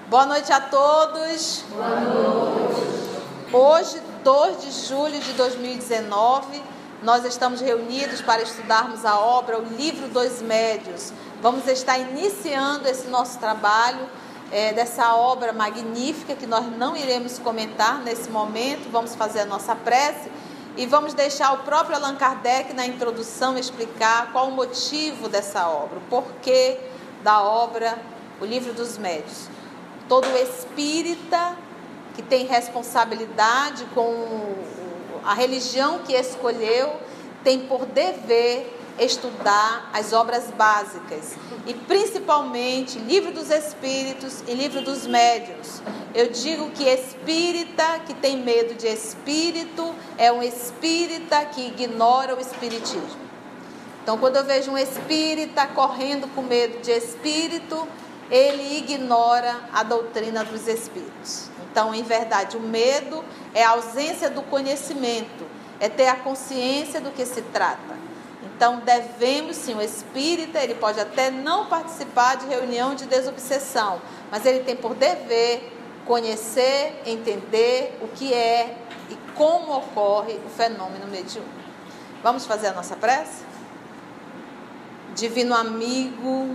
Boa noite a todos. Boa noite. Hoje, 2 de julho de 2019, nós estamos reunidos para estudarmos a obra, o Livro dos Médiuns. Vamos estar iniciando esse nosso trabalho, dessa obra magnífica que nós não iremos comentar nesse momento. Vamos fazer a nossa prece e vamos deixar o próprio Allan Kardec na introdução explicar qual o motivo dessa obra, o porquê da obra, o Livro dos Médiuns. Todo espírita que tem responsabilidade com a religião que escolheu tem por dever estudar as obras básicas e principalmente Livro dos Espíritos e Livro dos Médiuns. Eu digo que espírita que tem medo de espírito é um espírita que ignora o espiritismo. Então, quando eu vejo um espírita correndo com medo de espírito, ele ignora a doutrina dos espíritos. Então, em verdade, o medo é a ausência do conhecimento, é ter a consciência do que se trata. Então, devemos sim, o espírita, ele pode até não participar de reunião de desobsessão, mas ele tem por dever conhecer, entender o que é e como ocorre o fenômeno mediúnico. Vamos fazer a nossa prece? Divino amigo,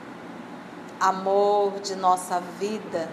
amor de nossa vida,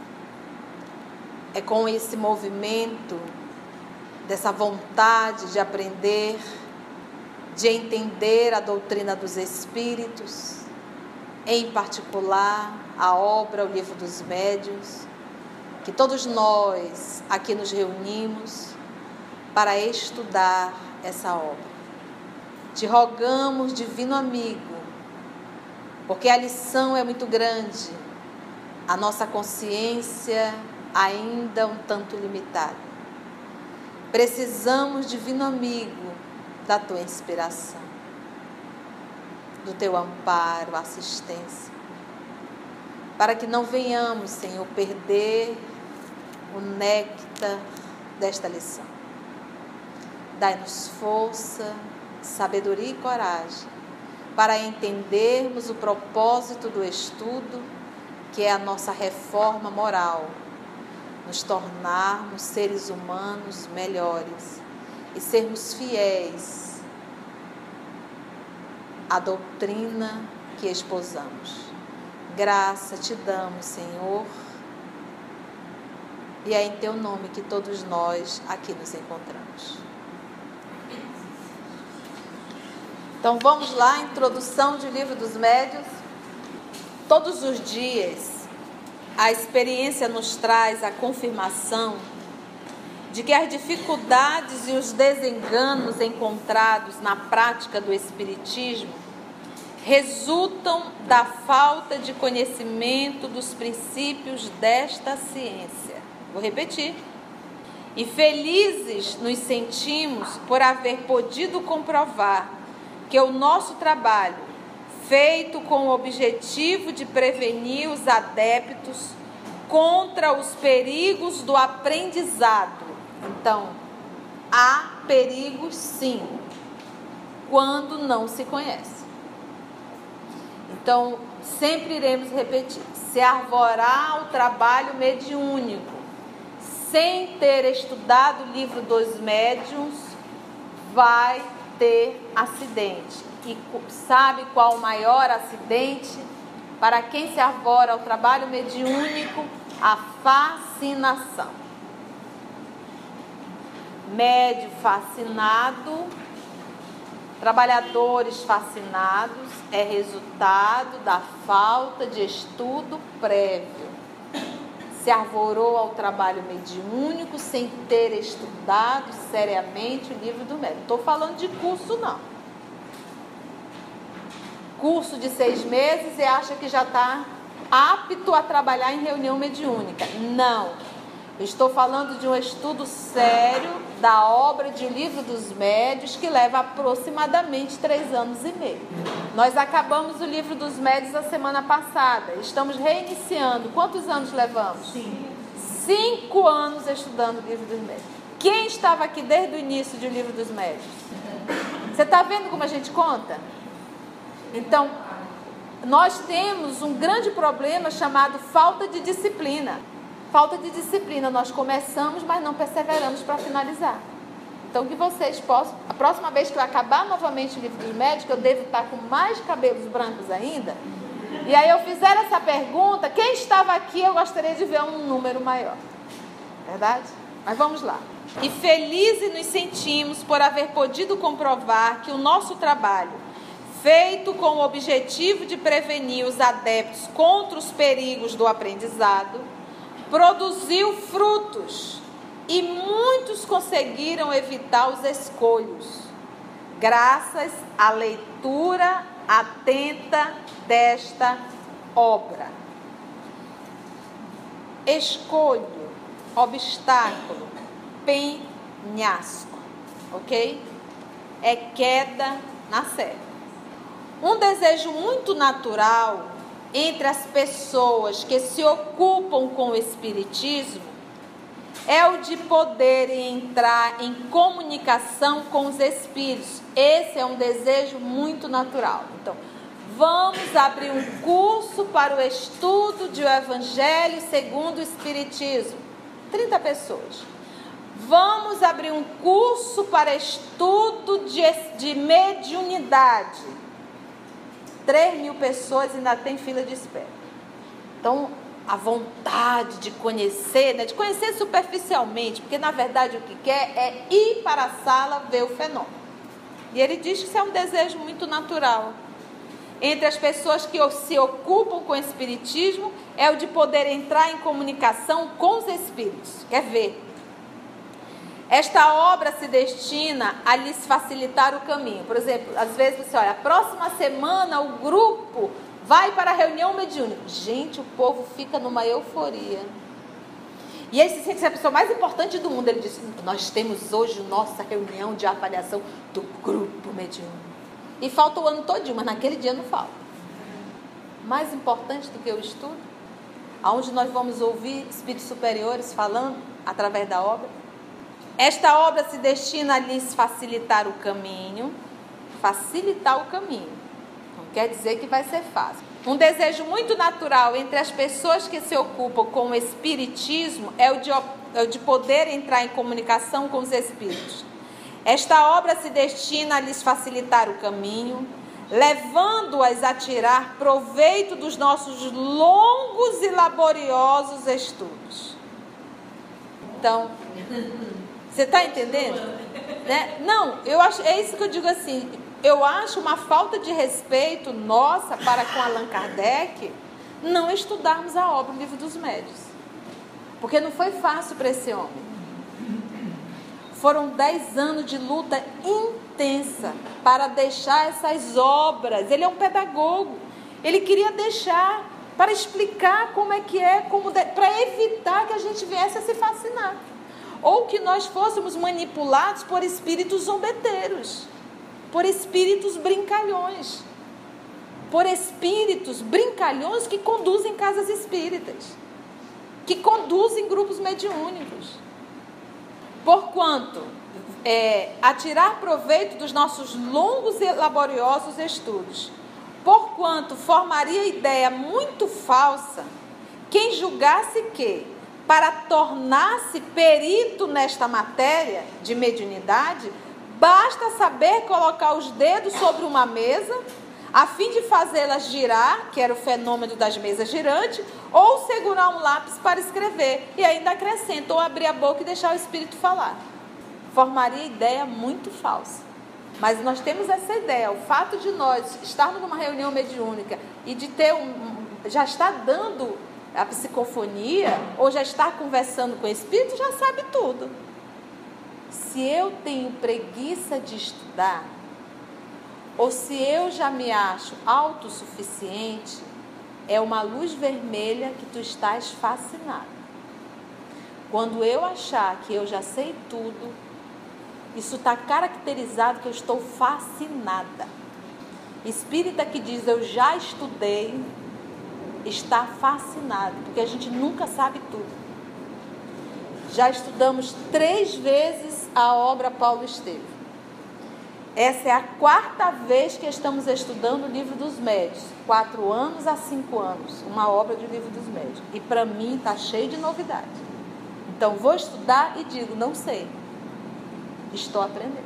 é com esse movimento, dessa vontade de aprender, de entender a doutrina dos Espíritos, em particular a obra, o Livro dos Médiuns, que todos nós aqui nos reunimos para estudar essa obra. Te rogamos, divino amigo, porque a lição é muito grande, a nossa consciência ainda um tanto limitada. Precisamos, divino amigo, da tua inspiração, do teu amparo, assistência, para que não venhamos, Senhor, perder o néctar desta lição. Dai-nos força, sabedoria e coragem para entendermos o propósito do estudo, que é a nossa reforma moral, nos tornarmos seres humanos melhores e sermos fiéis à doutrina que esposamos. Graça te damos, Senhor, e é em teu nome que todos nós aqui nos encontramos. Então vamos lá, introdução de Livro dos Médiuns. Todos os dias a experiência nos traz a confirmação de que as dificuldades e os desenganos encontrados na prática do Espiritismo resultam da falta de conhecimento dos princípios desta ciência. Vou repetir. E felizes nos sentimos por haver podido comprovar que o nosso trabalho, feito com o objetivo de prevenir os adeptos contra os perigos do aprendizado. Então, há perigos sim, quando não se conhece. Então, sempre iremos repetir, se arvorar o trabalho mediúnico, sem ter estudado o Livro dos Médiuns, vai ter acidente. E sabe qual o maior acidente? Para quem se arvora ao trabalho mediúnico, a fascinação. Médio fascinado, trabalhadores fascinados, é resultado da falta de estudo prévio. Se arvorou ao trabalho mediúnico sem ter estudado seriamente o Livro do Médiuns. Não estou falando de curso, não. Curso de 6 meses e acha que já está apto a trabalhar em reunião mediúnica. Não. Eu estou falando de um estudo sério da obra de O Livro dos Médiuns, que leva aproximadamente 3 anos e meio. Nós acabamos o Livro dos Médiuns a semana passada. Estamos reiniciando. Quantos anos levamos? 5 anos estudando o Livro dos Médiuns. Quem estava aqui desde o início de O Livro dos Médiuns? Você está vendo como a gente conta? Então, nós temos um grande problema chamado falta de disciplina. Falta de disciplina, nós começamos, mas não perseveramos para finalizar. Então, que vocês possam, a próxima vez que eu acabar novamente o livro dos médios, eu devo estar com mais cabelos brancos ainda, e aí eu fizer essa pergunta, quem estava aqui, eu gostaria de ver um número maior. Verdade? Mas vamos lá. E felizes nos sentimos por haver podido comprovar que o nosso trabalho, feito com o objetivo de prevenir os adeptos contra os perigos do aprendizado, produziu frutos e muitos conseguiram evitar os escolhos, graças à leitura atenta desta obra. Escolho, obstáculo, penhasco, ok? É queda na serra. Um desejo muito natural entre as pessoas que se ocupam com o espiritismo é o de poderem entrar em comunicação com os espíritos. Esse é um desejo muito natural. Então, vamos abrir um curso para o estudo do Evangelho segundo o Espiritismo. 30 pessoas. Vamos abrir um curso para estudo de mediunidade. 3.000 pessoas, ainda tem fila de espera. Então, a vontade de conhecer, né? De conhecer superficialmente, porque na verdade o que quer é ir para a sala ver o fenômeno. E ele diz que isso é um desejo muito natural. Entre as pessoas que se ocupam com o espiritismo, é o de poder entrar em comunicação com os espíritos. Quer ver? Esta obra se destina a lhes facilitar o caminho. Por exemplo, às vezes você olha, a próxima semana o grupo vai para a reunião mediúnica. Gente, o povo fica numa euforia. E ele se sente a pessoa mais importante do mundo. Ele diz, nós temos hoje nossa reunião de avaliação do grupo mediúnico. E falta o ano todinho, mas naquele dia não falta. Mais importante do que o estudo, aonde nós vamos ouvir espíritos superiores falando através da obra. Esta obra se destina a lhes facilitar o caminho. Facilitar o caminho. Não quer dizer que vai ser fácil. Um desejo muito natural entre as pessoas que se ocupam com o espiritismo é o de poder entrar em comunicação com os espíritos. Esta obra se destina a lhes facilitar o caminho, levando-as a tirar proveito dos nossos longos e laboriosos estudos. Então, você está entendendo? Né? Não, eu acho, é isso que eu digo assim, eu acho uma falta de respeito nossa para com Allan Kardec não estudarmos a obra, o Livro dos Médios. Porque não foi fácil para esse homem. Foram 10 anos de luta intensa para deixar essas obras. Ele é um pedagogo. Ele queria deixar para explicar como é que é, para evitar que a gente viesse a se fascinar. Ou que nós fôssemos manipulados por espíritos zombeteiros, por espíritos brincalhões, por espíritos brincalhões que conduzem casas espíritas, que conduzem grupos mediúnicos. Porquanto, a tirar proveito dos nossos longos e laboriosos estudos, porquanto formaria ideia muito falsa quem julgasse que, para tornar-se perito nesta matéria de mediunidade, basta saber colocar os dedos sobre uma mesa, a fim de fazê-las girar, que era o fenômeno das mesas girantes, ou segurar um lápis para escrever, e ainda acrescenta, ou abrir a boca e deixar o espírito falar. Formaria ideia muito falsa. Mas nós temos essa ideia, o fato de nós estarmos numa reunião mediúnica e de ter já estar dando a psicofonia, ou já estar conversando com o espírito, já sabe tudo. Se eu tenho preguiça de estudar, ou se eu já me acho autossuficiente, é uma luz vermelha que tu estás fascinado. Quando eu achar que eu já sei tudo, isso está caracterizado que eu estou fascinada. Espírita que diz eu já estudei, está fascinado, porque a gente nunca sabe tudo. Já estudamos 3 vezes a obra Paulo Estevam. Essa é a 4ª vez que estamos estudando o Livro dos Médiuns. 4 anos a 5 anos, uma obra do Livro dos Médiuns. E para mim está cheio de novidade. Então vou estudar e digo, não sei. Estou aprendendo.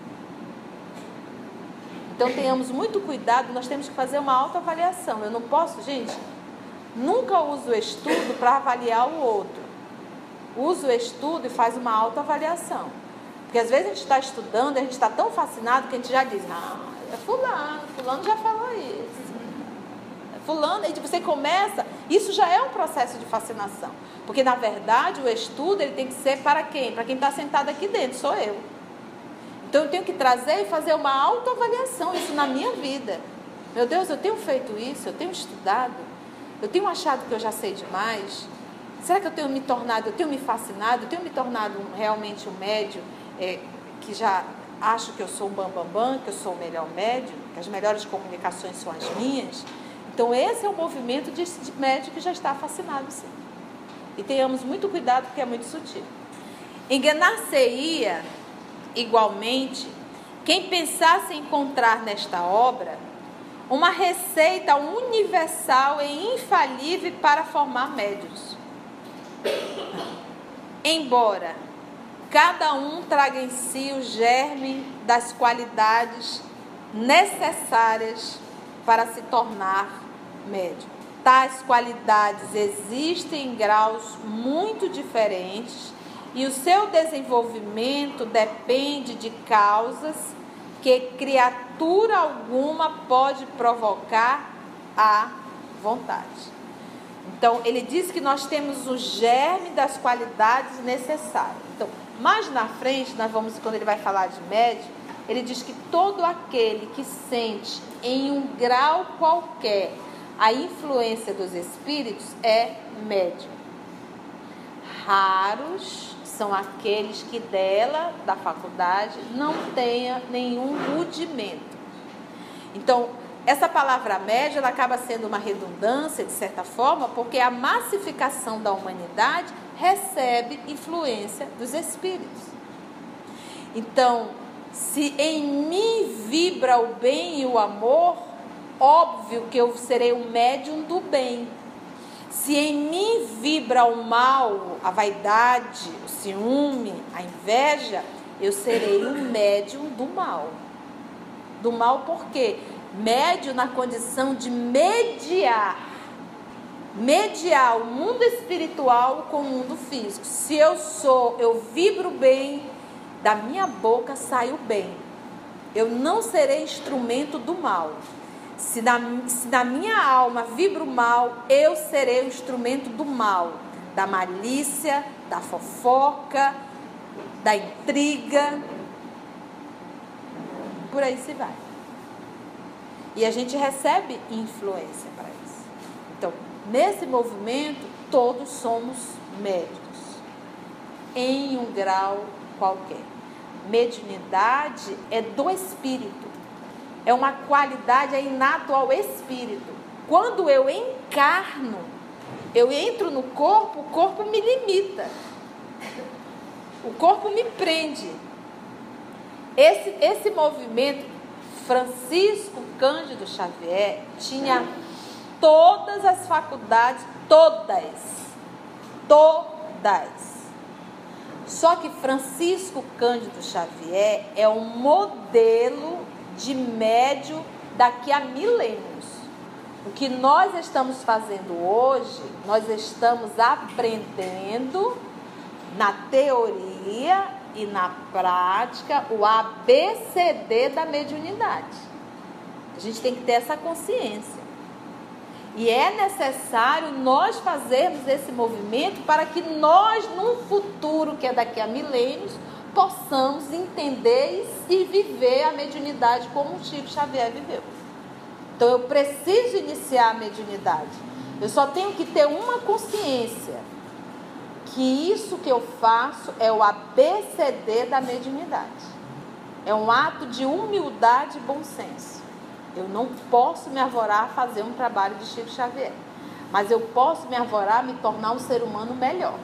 Então tenhamos muito cuidado, nós temos que fazer uma autoavaliação. Eu não posso, gente, nunca uso o estudo para avaliar o outro. Uso o estudo e faz uma autoavaliação. Porque às vezes a gente está estudando, a gente está tão fascinado que a gente já diz, não, é fulano já falou isso. É fulano, e você começa, isso já é um processo de fascinação. Porque na verdade o estudo ele tem que ser para quem? Para quem está sentado aqui dentro, sou eu. Então eu tenho que trazer e fazer uma autoavaliação, isso na minha vida. Meu Deus, eu tenho feito isso, eu tenho estudado, eu tenho achado que eu já sei demais. Será que eu tenho me fascinado, eu tenho me tornado realmente um médium que já acho que eu sou um bambambam, que eu sou o melhor médium, que as melhores comunicações são as minhas? Então esse é o movimento de médium que já está fascinado, sim. E tenhamos muito cuidado porque é muito sutil. Enganar-se-ia, igualmente, quem pensasse encontrar nesta obra uma receita universal e infalível para formar médiuns. Embora cada um traga em si o germe das qualidades necessárias para se tornar médium. Tais qualidades existem em graus muito diferentes e o seu desenvolvimento depende de causas que criatura alguma pode provocar à vontade. Então, ele diz que nós temos o germe das qualidades necessárias. Então, mais na frente, quando ele vai falar de médium, ele diz que todo aquele que sente em um grau qualquer a influência dos espíritos é médium. Raros são aqueles que da faculdade, não tenha nenhum rudimento. Então, essa palavra médium, ela acaba sendo uma redundância, de certa forma, porque a massificação da humanidade recebe influência dos espíritos. Então, se em mim vibra o bem e o amor, óbvio que eu serei um médium do bem. Se em mim vibra o mal, a vaidade, o ciúme, a inveja, eu serei um médium do mal. Do mal por quê? Médium na condição de mediar o mundo espiritual com o mundo físico. Se eu vibro bem, da minha boca sai o bem. Eu não serei instrumento do mal. Se na minha alma vibra o mal, eu serei o instrumento do mal, da malícia, da fofoca, da intriga, por aí se vai. E a gente recebe influência para isso. Então, nesse movimento, todos somos médiuns, em um grau qualquer. Mediunidade é do espírito. É uma qualidade, é inato ao espírito. Quando eu encarno, eu entro no corpo, o corpo me limita. O corpo me prende. Esse movimento, Francisco Cândido Xavier tinha todas as faculdades, todas. Só que Francisco Cândido Xavier é um modelo de médium daqui a milênios. O que nós estamos fazendo hoje, nós estamos aprendendo na teoria e na prática o ABCD da mediunidade. A gente tem que ter essa consciência. E é necessário nós fazermos esse movimento para que nós, num futuro que é daqui a milênios, possamos entender e viver a mediunidade como o Chico Xavier viveu. Então eu preciso iniciar a mediunidade. Eu só tenho que ter uma consciência, que isso que eu faço é o ABCD da mediunidade. É um ato de humildade e bom senso. Eu não posso me arvorar a fazer um trabalho de Chico Xavier, mas eu posso me arvorar a me tornar um ser humano melhor.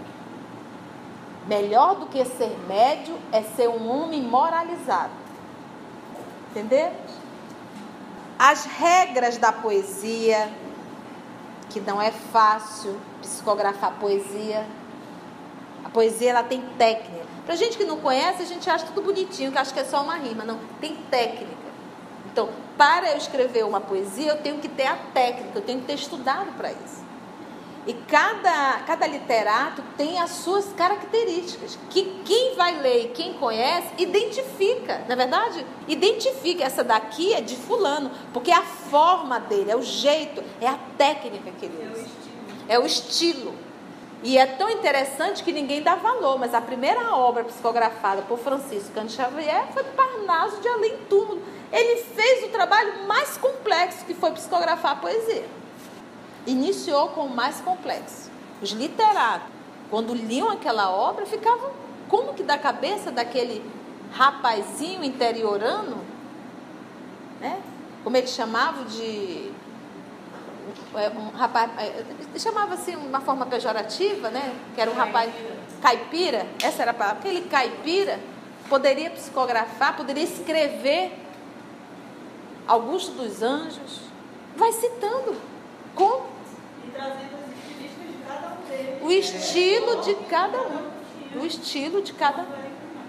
Melhor do que ser médio é ser um homem moralizado. Entendeu? As regras da poesia, que não é fácil psicografar poesia. A poesia, ela tem técnica. Pra gente que não conhece, a gente acha tudo bonitinho, que acha que é só uma rima. Não, tem técnica. Então, para eu escrever uma poesia, eu tenho que ter a técnica, eu tenho que ter estudado para isso. E cada literato tem as suas características, que quem vai ler e quem conhece, identifica, não é verdade? Identifica, essa daqui é de fulano, porque é a forma dele, é o jeito, é a técnica que ele usa. É o estilo. E é tão interessante que ninguém dá valor, mas a primeira obra psicografada por Francisco Cândido Xavier foi Parnaso de Além Túmulo. Ele fez o trabalho mais complexo, que foi psicografar a poesia. Iniciou com o mais complexo. Os literatos, quando liam aquela obra, ficavam como que da cabeça daquele rapazinho interiorano, né? Como ele chamava de... um rapaz, chamava assim uma forma pejorativa, né? Que era um rapaz caipira, essa era a palavra. Aquele caipira poderia psicografar, poderia escrever Augusto dos Anjos, vai citando como e trazendo as características de cada um deles. o estilo de cada um, o estilo de cada um.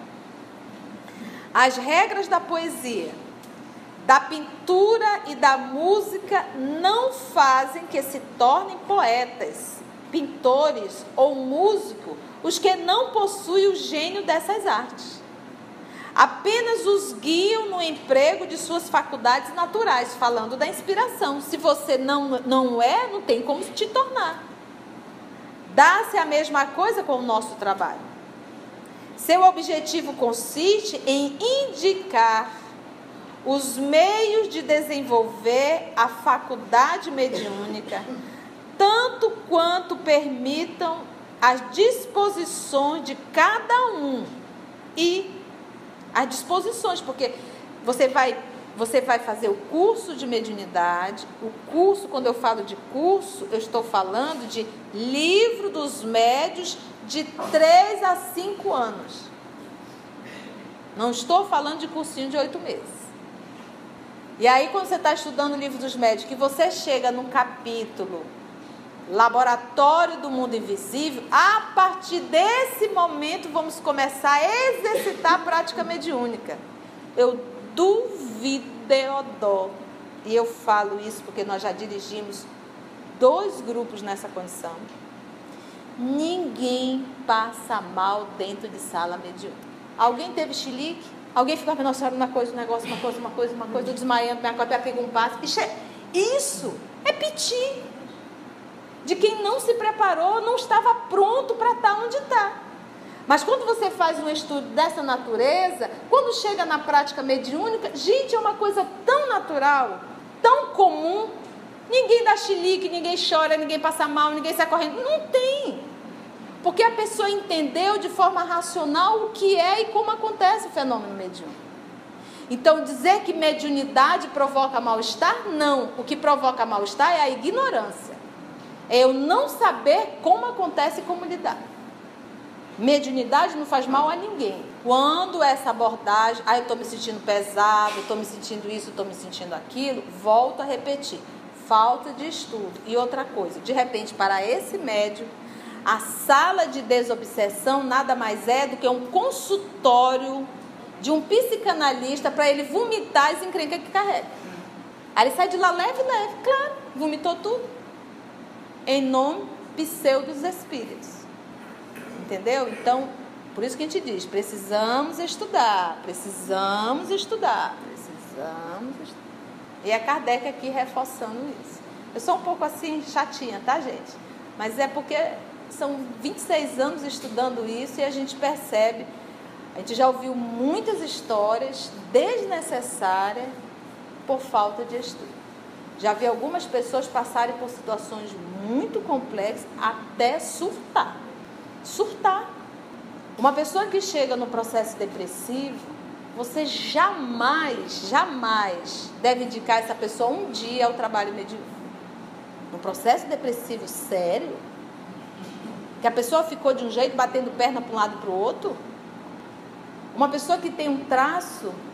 As regras da poesia, da pintura e da música não fazem que se tornem poetas, pintores ou músicos os que não possuem o gênio dessas artes. Apenas os guiam no emprego de suas faculdades naturais, falando da inspiração. Se você não é, não tem como te tornar. Dá-se a mesma coisa com o nosso trabalho. Seu objetivo consiste em indicar os meios de desenvolver a faculdade mediúnica, tanto quanto permitam as disposições de cada um e as disposições, porque você vai fazer o curso de mediunidade. O curso, quando eu falo de curso, eu estou falando de livro dos médios de 3 a 5 anos. Não estou falando de cursinho de 8 meses. E aí, quando você está estudando o livro dos médios, que você chega no capítulo Laboratório do Mundo Invisível, a partir desse momento vamos começar a exercitar a prática mediúnica. Eu duvido, Deodoro, e eu falo isso porque nós já dirigimos 2 grupos nessa condição. Ninguém passa mal dentro de sala mediúnica. Alguém teve chilique? Alguém ficava pensando, nossa, uma coisa, um negócio, uma coisa, eu desmaiando, minha cópia pega um passo. Isso é piti. De quem não se preparou, não estava pronto para estar onde está. Mas quando você faz um estudo dessa natureza, quando chega na prática mediúnica, gente, é uma coisa tão natural, tão comum. Ninguém dá chilique, ninguém chora, ninguém passa mal, ninguém sai correndo. Não tem. Porque a pessoa entendeu de forma racional o que é e como acontece o fenômeno mediúnico. Então, dizer que mediunidade provoca mal-estar, não. O que provoca mal-estar é a ignorância. É eu não saber como acontece e como lidar. Mediunidade não faz mal a ninguém. Quando essa abordagem, eu estou me sentindo pesado, estou me sentindo isso, estou me sentindo aquilo, volto a repetir. Falta de estudo. E outra coisa, de repente, para esse médium, a sala de desobsessão nada mais é do que um consultório de um psicanalista para ele vomitar as encrencas que carrega. Aí ele sai de lá leve, claro, vomitou tudo. Em nome dos espíritos. Entendeu? Então, por isso que a gente diz, precisamos estudar. E é Kardec aqui reforçando isso. Eu sou um pouco assim chatinha, tá, gente? Mas é porque são 26 anos estudando isso e a gente percebe, a gente já ouviu muitas histórias desnecessárias por falta de estudo. Já vi algumas pessoas passarem por situações muito complexas até surtar. Uma pessoa que chega no processo depressivo, você jamais deve indicar essa pessoa um dia ao trabalho mediúnico. No processo depressivo sério, que a pessoa ficou de um jeito, batendo perna para um lado e para o outro. Uma pessoa que tem um traço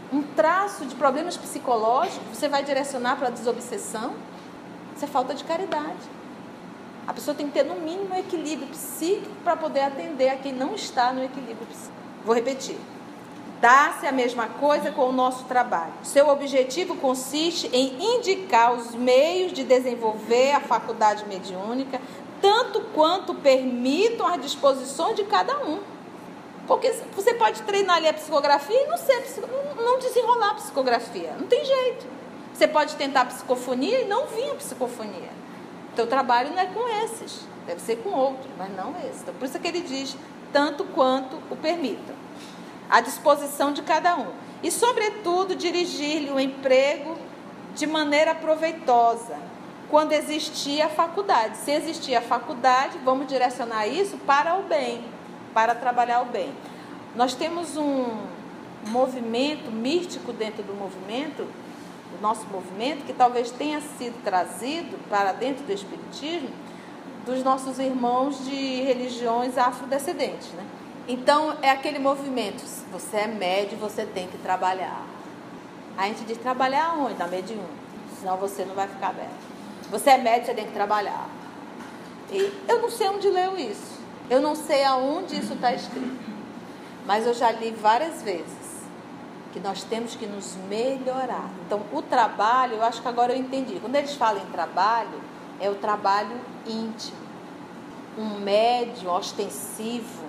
um traço de problemas psicológicos, você vai direcionar para a desobsessão? Isso é falta de caridade. A pessoa tem que ter, no mínimo, um equilíbrio psíquico para poder atender a quem não está no equilíbrio psíquico. Vou repetir. Dá-se a mesma coisa com o nosso trabalho. Seu objetivo consiste em indicar os meios de desenvolver a faculdade mediúnica, tanto quanto permitam as disposições de cada um. Porque você pode treinar ali a psicografia e não desenrolar a psicografia. Não tem jeito. Você pode tentar a psicofonia e não vir a psicofonia. O teu trabalho não é com esses. Deve ser com outros, mas não esse. Então, por isso que ele diz, tanto quanto o permitam. À disposição de cada um. E, sobretudo, dirigir-lhe o emprego de maneira proveitosa. Quando existia a faculdade. Se existia a faculdade, vamos direcionar isso para o bem. Para trabalhar o bem. Nós temos um movimento místico dentro do nosso movimento, que talvez tenha sido trazido para dentro do Espiritismo, dos nossos irmãos de religiões afrodescendentes, né? Então, é aquele movimento, você é médio, você tem que trabalhar. A gente diz, trabalhar onde? Na mediúnica, senão você não vai ficar bem. Você é médio, você tem que trabalhar. E eu não sei onde leu isso. Eu não sei aonde isso está escrito, mas eu já li várias vezes que nós temos que nos melhorar. Então, o trabalho, eu acho que agora eu entendi. Quando eles falam em trabalho, é o trabalho íntimo. Um médium ostensivo,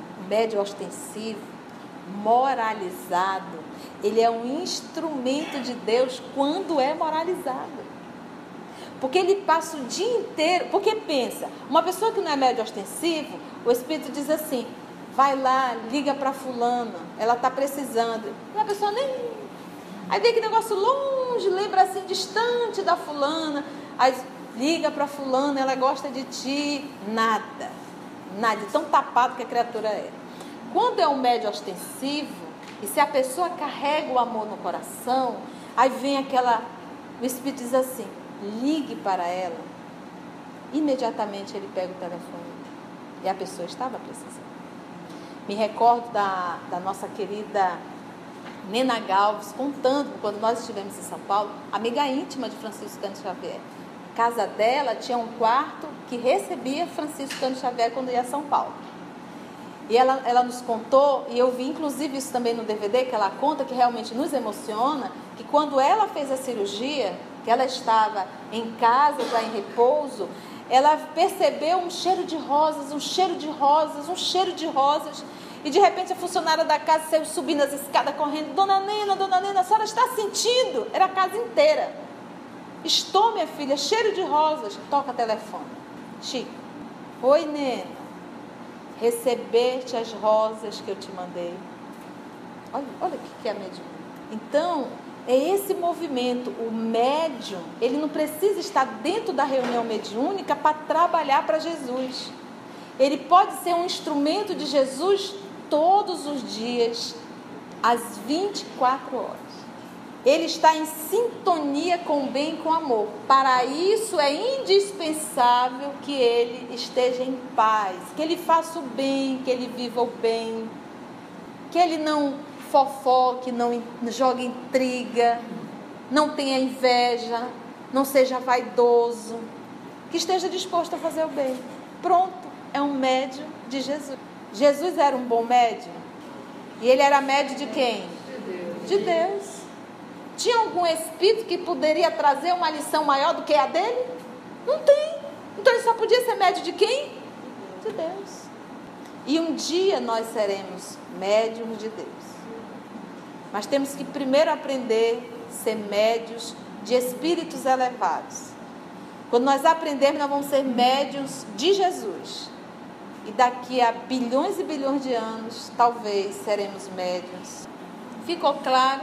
moralizado, ele é um instrumento de Deus quando é moralizado. Porque ele passa o dia inteiro... Porque pensa, uma pessoa que não é médium ostensivo, o Espírito diz assim, vai lá, liga para fulana, ela está precisando. E a pessoa nem... Aí vem aquele negócio longe, lembra assim, distante da fulana. Aí liga para fulana, ela gosta de ti. Nada, tão tapado que a criatura é. Quando é um médium ostensivo, e se a pessoa carrega o amor no coração, aí vem aquela... O Espírito diz assim, ligue para ela. Imediatamente ele pega o telefone. E a pessoa estava precisando. Me recordo da nossa querida Nena Galves, contando, quando nós estivemos em São Paulo, amiga íntima de Francisco Cândido Xavier. A casa dela tinha um quarto que recebia Francisco Cândido Xavier quando ia a São Paulo. E ela nos contou, e eu vi inclusive isso também no DVD, que ela conta, que realmente nos emociona, que quando ela fez a cirurgia, que ela estava em casa, já em repouso, ela percebeu um cheiro de rosas, e de repente a funcionária da casa saiu subindo as escadas correndo, Dona Nena, a senhora está sentindo? Era a casa inteira. Estou, minha filha, cheiro de rosas. Toca telefone. Chico, oi, Nena, recebeste as rosas que eu te mandei? Olha o que é mediúnica. Então, é esse movimento. O médium, ele não precisa estar dentro da reunião mediúnica para trabalhar para Jesus. Ele pode ser um instrumento de Jesus todos os dias, às 24 horas. Ele está em sintonia com o bem e com o amor. Para isso é indispensável que ele esteja em paz, que ele faça o bem, que ele viva o bem, que ele não fofoque, não jogue intriga, não tenha inveja, não seja vaidoso, que esteja disposto a fazer o bem. Pronto, é um médium de Jesus. Jesus era um bom médium? E ele era médium de quem? De Deus. Tinha algum espírito que poderia trazer uma lição maior do que a dele? Não tem. Então ele só podia ser médium de quem? De Deus. E um dia nós seremos médiums de Deus. Mas temos que primeiro aprender a ser médiuns de espíritos elevados. Quando nós aprendermos, nós vamos ser médiuns de Jesus. E daqui a bilhões e bilhões de anos, talvez seremos médiuns. Ficou claro?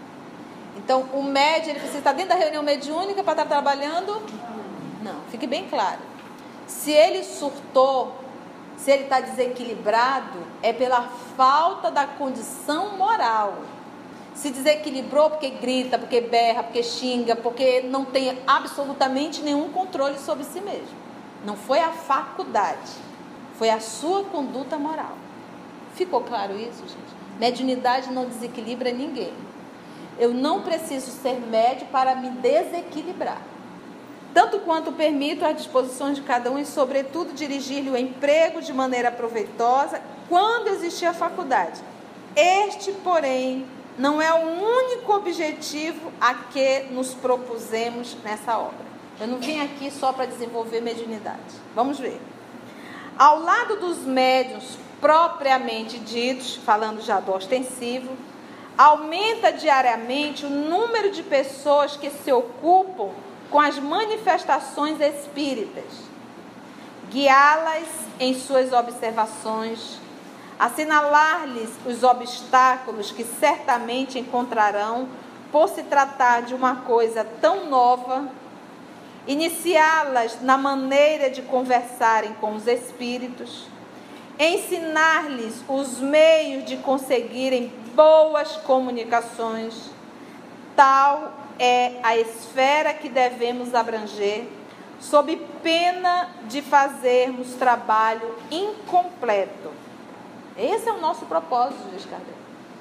Então, o médium, ele precisa estar dentro da reunião mediúnica para estar trabalhando? Não, fique bem claro. Se ele surtou, se ele está desequilibrado, é pela falta da condição moral. Se desequilibrou porque grita, porque berra, porque xinga, porque não tem absolutamente nenhum controle sobre si mesmo. Não foi a faculdade, foi a sua conduta moral. Ficou claro isso, gente? Mediunidade não desequilibra ninguém. Eu não preciso ser médio para me desequilibrar. Tanto quanto permito as disposições de cada um e, sobretudo, dirigir-lhe o emprego de maneira proveitosa quando existir a faculdade. Este, porém, não é o único objetivo a que nos propusemos nessa obra. Eu não vim aqui só para desenvolver mediunidade. Vamos ver. Ao lado dos médiuns propriamente ditos, falando já do ostensivo, aumenta diariamente o número de pessoas que se ocupam com as manifestações espíritas, guiá-las em suas observações, assinalar-lhes os obstáculos que certamente encontrarão por se tratar de uma coisa tão nova, iniciá-las na maneira de conversarem com os espíritos, ensinar-lhes os meios de conseguirem boas comunicações. Tal é a esfera que devemos abranger, sob pena de fazermos trabalho incompleto. Esse é o nosso propósito, diz Kardec.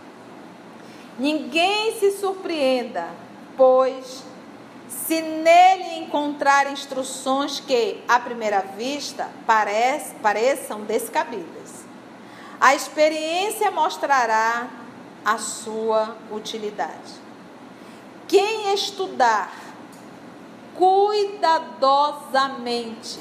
Ninguém se surpreenda, pois, se nele encontrar instruções que, à primeira vista, pareçam descabidas. A experiência mostrará a sua utilidade. Quem estudar cuidadosamente.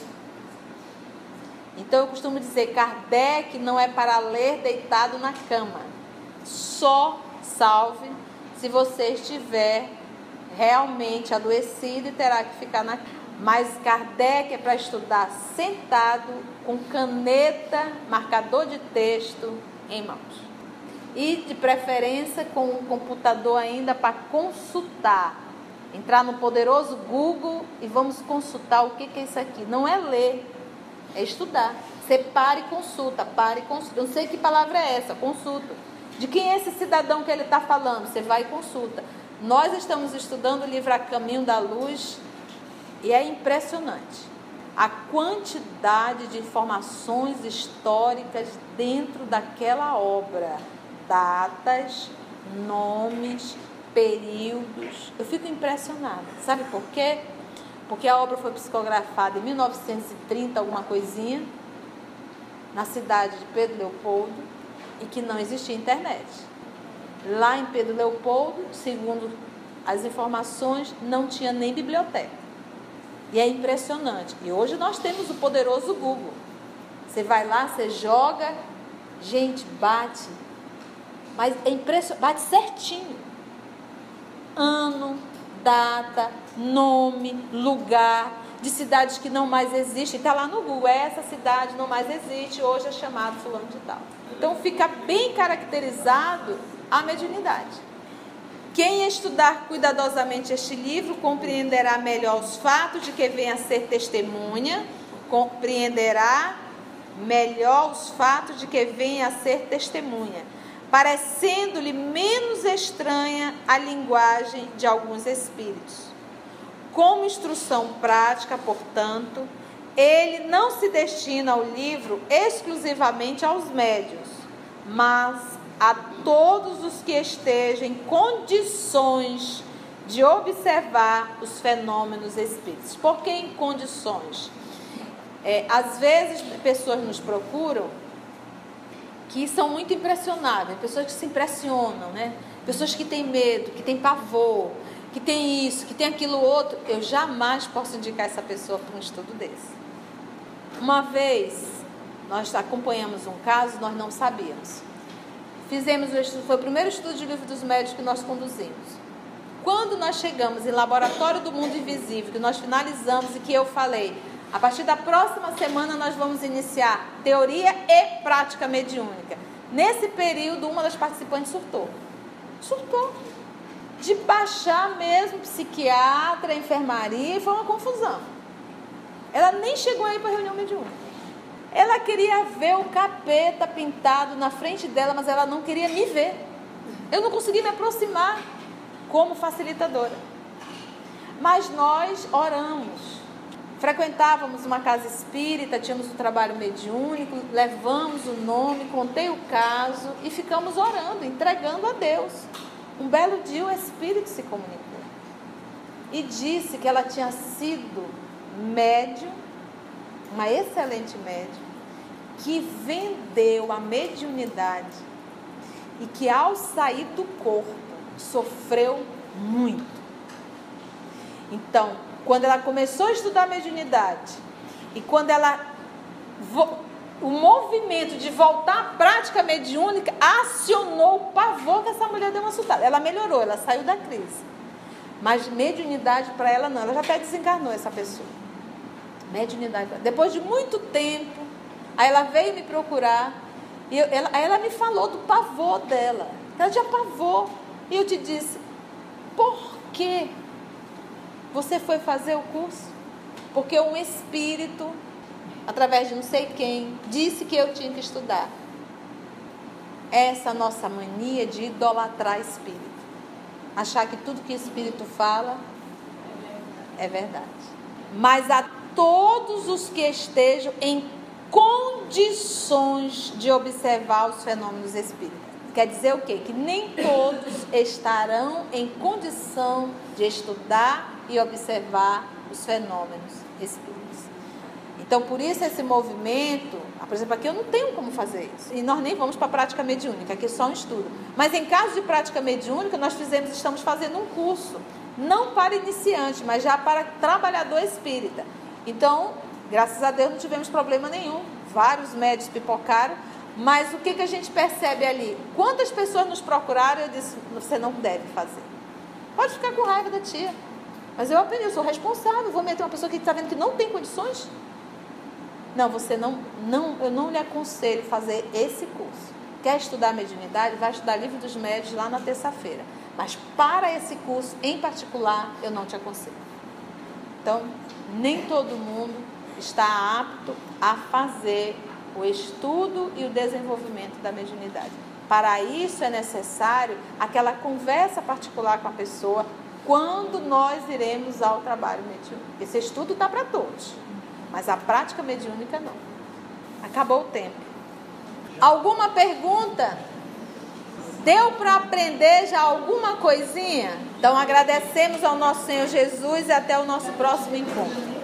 Então eu costumo dizer, Kardec não é para ler deitado na cama. Só salve se você estiver realmente adoecido e terá que ficar na cama. Mas Kardec é para estudar sentado, com caneta, marcador de texto em mãos. E de preferência com um computador ainda para consultar. Entrar no poderoso Google e vamos consultar o que é isso aqui. Não é ler, é estudar. Você para e consulta, Eu não sei que palavra é essa, consulta. De quem é esse cidadão que ele está falando? Você vai e consulta. Nós estamos estudando o livro A Caminho da Luz e é impressionante a quantidade de informações históricas dentro daquela obra. Datas, nomes, períodos. Eu fico impressionada. Sabe por quê? Porque a obra foi psicografada em 1930, alguma coisinha, na cidade de Pedro Leopoldo, e que não existia internet. Lá em Pedro Leopoldo, segundo as informações, não tinha nem biblioteca. E é impressionante. E hoje nós temos o poderoso Google. Você vai lá, você joga, gente, bate. Mas é impressionante, bate certinho. Ano, data, nome, lugar, de cidades que não mais existem. Está lá no Google, essa cidade não mais existe, hoje é chamado fulano de tal. Então fica bem caracterizado a mediunidade. Quem estudar cuidadosamente este livro compreenderá melhor os fatos de que vem a ser testemunha, compreenderá melhor os fatos de que vem a ser testemunha, parecendo-lhe menos estranha a linguagem de alguns espíritos. Como instrução prática, portanto, ele não se destina ao livro exclusivamente aos médiuns, mas a todos os que estejam em condições de observar os fenômenos espíritas. Por que em condições? Às vezes, pessoas nos procuram que são muito impressionáveis, pessoas que se impressionam, né? Pessoas que têm medo, que têm pavor, que tem isso, que tem aquilo outro. Eu jamais posso indicar essa pessoa para um estudo desse. Uma vez, nós acompanhamos um caso, nós não sabíamos. Fizemos o estudo, foi o primeiro estudo de Livro dos Médiuns que nós conduzimos. Quando nós chegamos em Laboratório do Mundo Invisível, que nós finalizamos e que eu falei, a partir da próxima semana nós vamos iniciar teoria e prática mediúnica. Nesse período, uma das participantes surtou. De baixar mesmo psiquiatra, enfermaria, e foi uma confusão. Ela nem chegou aí para a reunião mediúnica. Ela queria ver o capeta pintado na frente dela, mas ela não queria me ver. Eu não consegui me aproximar como facilitadora. Mas nós oramos. Frequentávamos uma casa espírita, tínhamos um trabalho mediúnico, levamos o nome, contei o caso e ficamos orando, entregando a Deus. Um belo dia o Espírito se comunicou e disse que ela tinha sido médium, uma excelente médium, que vendeu a mediunidade e que ao sair do corpo sofreu muito. Então, quando ela começou a estudar mediunidade e quando o movimento de voltar à prática mediúnica acionou o pavor que essa mulher deu uma assustada. Ela melhorou, ela saiu da crise. Mas mediunidade para ela não, ela já até desencarnou essa pessoa. Mediunidade. Depois de muito tempo, aí ela veio me procurar e ela me falou do pavor dela. Ela tinha pavor. E eu te disse, por que você foi fazer o curso? Porque um espírito, através de não sei quem, disse que eu tinha que estudar. Essa nossa mania de idolatrar espírito. Achar que tudo que espírito fala é verdade. Mas a todos os que estejam em condições de observar os fenômenos espíritas. Quer dizer o quê? Que nem todos estarão em condição de estudar e observar os fenômenos espíritas. Então, por isso esse movimento, por exemplo, aqui eu não tenho como fazer isso. E nós nem vamos para a prática mediúnica, aqui é só um estudo. Mas em caso de prática mediúnica, estamos fazendo um curso. Não para iniciante, mas já para trabalhador espírita. Então, graças a Deus, não tivemos problema nenhum. Vários médios pipocaram. Mas o que a gente percebe ali? Quantas pessoas nos procuraram, eu disse, você não deve fazer. Pode ficar com raiva da tia. Mas eu aprendi, eu sou responsável. Vou meter uma pessoa que está vendo que não tem condições? Não, eu não lhe aconselho fazer esse curso. Quer estudar mediunidade? Vai estudar Livro dos Médiuns lá na terça-feira. Mas para esse curso em particular, eu não te aconselho. Então, nem todo mundo está apto a fazer o estudo e o desenvolvimento da mediunidade. Para isso é necessário aquela conversa particular com a pessoa quando nós iremos ao trabalho mediúnico. Esse estudo está para todos, mas a prática mediúnica não. Acabou o tempo. Alguma pergunta? Deu para aprender já alguma coisinha? Então agradecemos ao nosso Senhor Jesus e até o nosso próximo encontro.